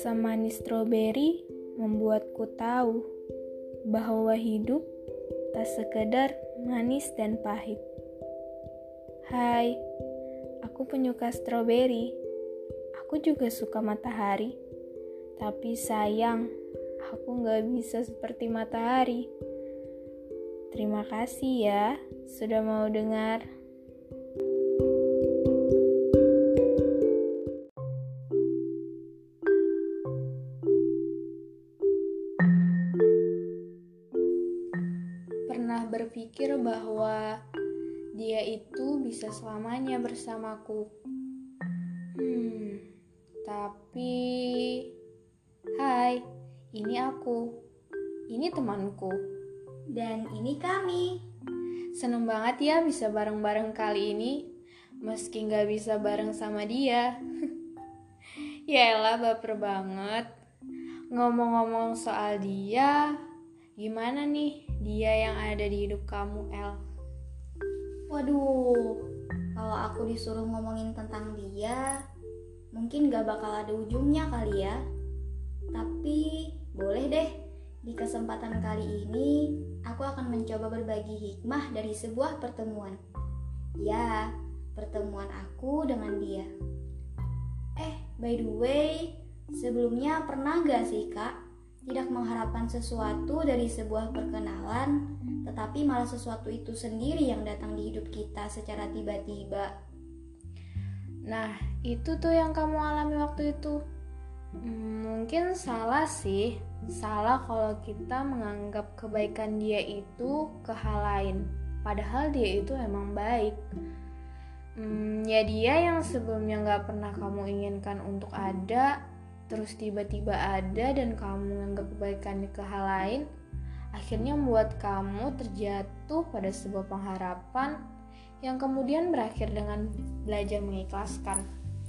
Rasa manis stroberi membuatku tahu bahwa hidup tak sekedar manis dan pahit. Hai, aku penyuka stroberi. Aku juga suka matahari. Tapi sayang, aku gak bisa seperti matahari. Terima kasih ya, sudah mau dengar. Pernah berpikir bahwa dia itu bisa selamanya bersamaku. Tapi hai, ini aku. Ini temanku. Dan ini kami. Seneng banget ya bisa bareng-bareng kali ini, meski gak bisa bareng sama dia. Yaelah, baper banget. Ngomong-ngomong soal dia, gimana nih dia yang ada di hidup kamu, El? Waduh, kalau aku disuruh ngomongin tentang dia, mungkin gak bakal ada ujungnya kali ya. Tapi boleh deh, di kesempatan kali ini aku akan mencoba berbagi hikmah dari sebuah pertemuan. Ya, pertemuan aku dengan dia. By the way, sebelumnya pernah gak sih kak tidak mengharapkan sesuatu dari sebuah perkenalan, tetapi malah sesuatu itu sendiri yang datang di hidup kita secara tiba-tiba? Nah, itu tuh yang kamu alami waktu itu. Mungkin salah sih. Salah kalau kita menganggap kebaikan dia itu ke hal lain. Padahal dia itu emang baik. Ya dia yang sebelumnya gak pernah kamu inginkan untuk ada, terus tiba-tiba ada dan kamu menganggap kebaikannya ke hal lain, akhirnya membuat kamu terjatuh pada sebuah pengharapan yang kemudian berakhir dengan belajar mengikhlaskan.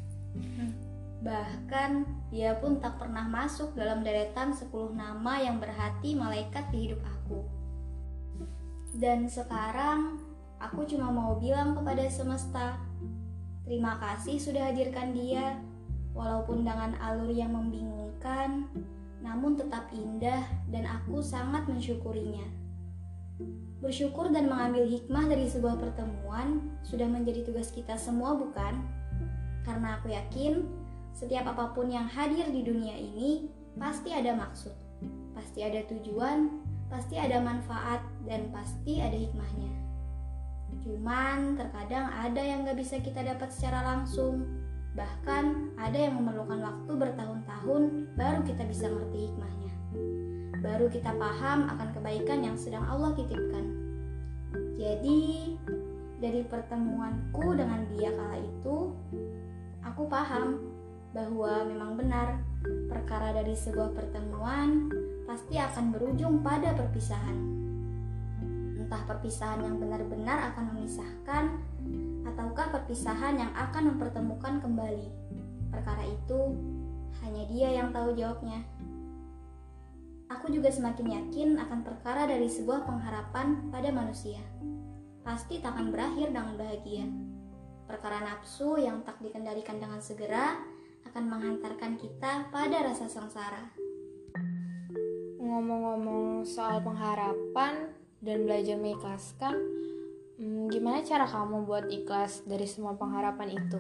Bahkan dia pun tak pernah masuk dalam deretan 10 nama yang berhati malaikat di hidup aku. Dan sekarang aku cuma mau bilang kepada semesta, terima kasih sudah hadirkan dia. Walaupun dengan alur yang membingungkan, namun tetap indah dan aku sangat mensyukurinya. Bersyukur dan mengambil hikmah dari sebuah pertemuan sudah menjadi tugas kita semua, bukan? Karena aku yakin setiap apapun yang hadir di dunia ini pasti ada maksud, pasti ada tujuan, pasti ada manfaat, dan pasti ada hikmahnya. Cuman terkadang ada yang gak bisa kita dapat secara langsung. Bahkan ada yang memerlukan waktu bertahun-tahun baru kita bisa ngerti hikmahnya. Baru kita paham akan kebaikan yang sedang Allah titipkan. Jadi, dari pertemuanku dengan dia kala itu, aku paham bahwa memang benar perkara dari sebuah pertemuan pasti akan berujung pada perpisahan. Entah perpisahan yang benar-benar akan memisahkan, ataukah perpisahan yang akan mempertemukan kembali. Perkara itu hanya dia yang tahu jawabnya. Aku juga semakin yakin akan perkara dari sebuah pengharapan pada manusia pasti tak akan berakhir dengan bahagia. Perkara nafsu yang tak dikendalikan dengan segera akan menghantarkan kita pada rasa sengsara. Ngomong-ngomong soal pengharapan dan belajar mengikhlaskan, gimana cara kamu buat ikhlas dari semua pengharapan itu?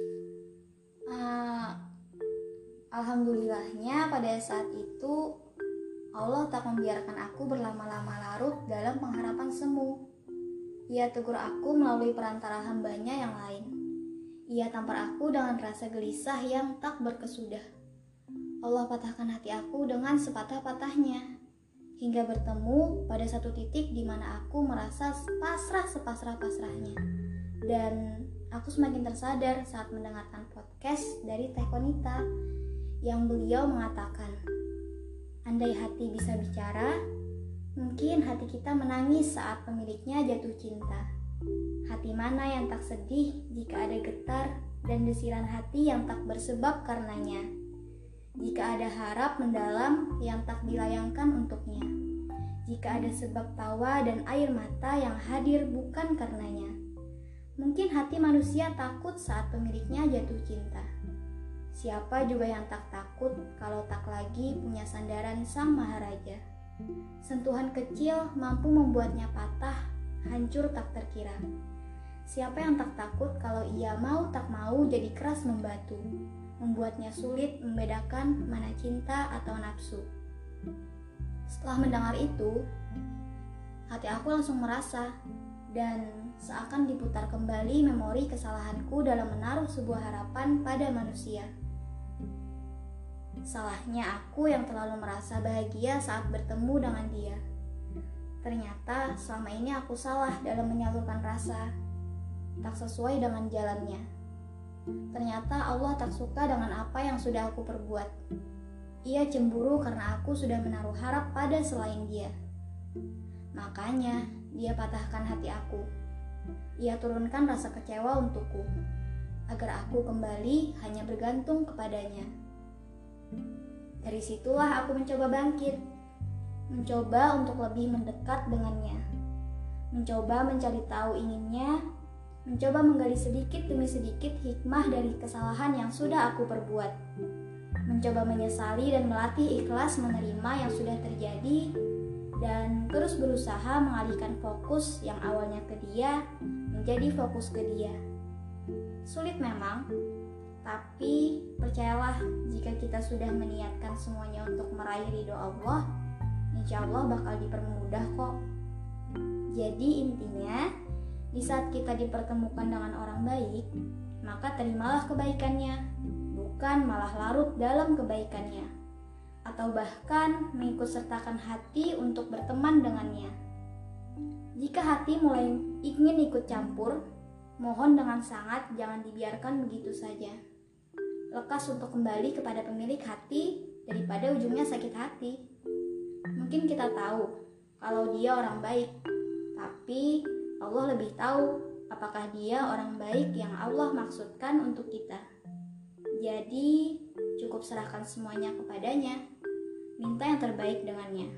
Alhamdulillahnya pada saat itu Allah tak membiarkan aku berlama-lama larut dalam pengharapan semu. Ia tegur aku melalui perantara hambanya yang lain. Ia tampar aku dengan rasa gelisah yang tak berkesudah. Allah patahkan hati aku dengan sepatah-patahnya, hingga bertemu pada satu titik di mana aku merasa pasrah sepasrah-pasrahnya. Dan aku semakin tersadar saat mendengarkan podcast dari Teh Konita yang beliau mengatakan, andai hati bisa bicara, mungkin hati kita menangis saat pemiliknya jatuh cinta. Hati mana yang tak sedih jika ada getar dan desiran hati yang tak bersebab karenanya. Jika ada harap mendalam yang tak dilayangkan untuknya. Jika ada sebab tawa dan air mata yang hadir bukan karenanya. Mungkin hati manusia takut saat pemiliknya jatuh cinta. Siapa juga yang tak takut kalau tak lagi punya sandaran Sang Maharaja. Sentuhan kecil mampu membuatnya patah, hancur tak terkira. Siapa yang tak takut kalau ia mau tak mau jadi keras membatu, membuatnya sulit membedakan mana cinta atau nafsu. Setelah mendengar itu, hati aku langsung merasa dan seakan diputar kembali memori kesalahanku dalam menaruh sebuah harapan pada manusia. Salahnya aku yang terlalu merasa bahagia saat bertemu dengan dia. Ternyata selama ini aku salah dalam menyalurkan rasa, tak sesuai dengan jalannya. Ternyata Allah tak suka dengan apa yang sudah aku perbuat. Ia cemburu karena aku sudah menaruh harap pada selain dia. Makanya dia patahkan hati aku. Ia turunkan rasa kecewa untukku, agar aku kembali hanya bergantung kepadanya. Dari situlah aku mencoba bangkit, mencoba untuk lebih mendekat dengannya, mencoba mencari tahu inginnya, mencoba menggali sedikit demi sedikit hikmah dari kesalahan yang sudah aku perbuat, mencoba menyesali dan melatih ikhlas menerima yang sudah terjadi, dan terus berusaha mengalihkan fokus yang awalnya ke dia menjadi fokus ke dia. Sulit memang, tapi percayalah, jika kita sudah meniatkan semuanya untuk meraih ridho Allah, insya Allah bakal dipermudah kok. Jadi intinya, di saat kita dipertemukan dengan orang baik, maka terimalah kebaikannya, bukan malah larut dalam kebaikannya, atau bahkan mengikutsertakan hati untuk berteman dengannya. Jika hati mulai ingin ikut campur, mohon dengan sangat jangan dibiarkan begitu saja. Lekas untuk kembali kepada pemilik hati daripada ujungnya sakit hati. Mungkin kita tahu kalau dia orang baik, tapi Allah lebih tahu apakah dia orang baik yang Allah maksudkan untuk kita. Jadi cukup serahkan semuanya kepadanya, minta yang terbaik dengannya.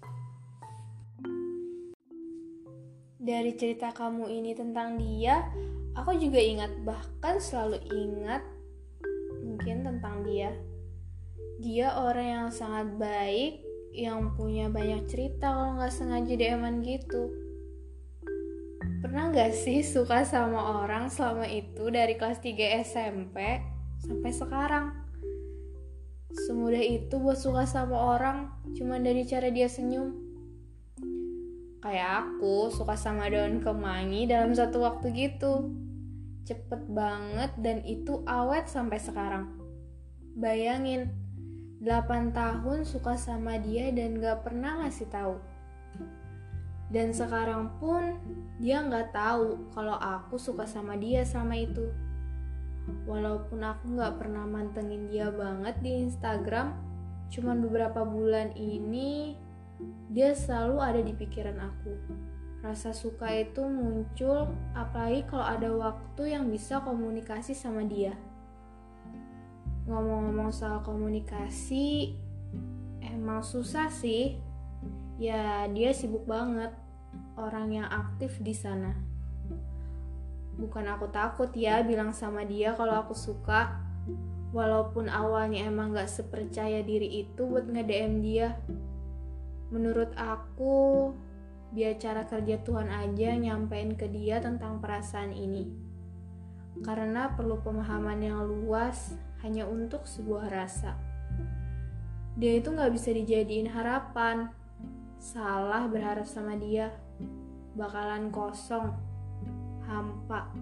Dari cerita kamu ini tentang dia, aku juga ingat, bahkan selalu ingat mungkin tentang dia. Dia orang yang sangat baik, yang punya banyak cerita kalau gak sengaja DM-an gitu. Pernah gak sih suka sama orang selama itu dari kelas 3 SMP sampai sekarang? Semudah itu buat suka sama orang cuma dari cara dia senyum. Kayak aku suka sama daun kemangi dalam satu waktu gitu. Cepet banget dan itu awet sampai sekarang. Bayangin, 8 tahun suka sama dia dan gak pernah ngasih tahu. Dan sekarang pun dia gak tahu kalau aku suka sama dia sama itu. Walaupun aku gak pernah mantengin dia banget di Instagram, cuman beberapa bulan ini dia selalu ada di pikiran aku. Rasa suka itu muncul apalagi kalau ada waktu yang bisa komunikasi sama dia. Ngomong-ngomong soal komunikasi, emang susah sih. Ya dia sibuk banget, orang yang aktif di sana. Bukan aku takut ya bilang sama dia kalau aku suka. Walaupun awalnya emang gak sepercaya diri itu buat nge-DM dia. Menurut aku, biar cara kerja Tuhan aja nyampein ke dia tentang perasaan ini. Karena perlu pemahaman yang luas hanya untuk sebuah rasa. Dia itu gak bisa dijadiin harapan. Salah berharap sama dia. Bakalan kosong, hampa.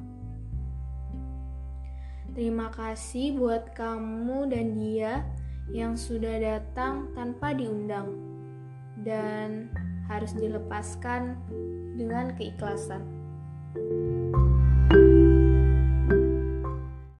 Terima kasih buat kamu dan dia yang sudah datang tanpa diundang dan harus dilepaskan dengan keikhlasan.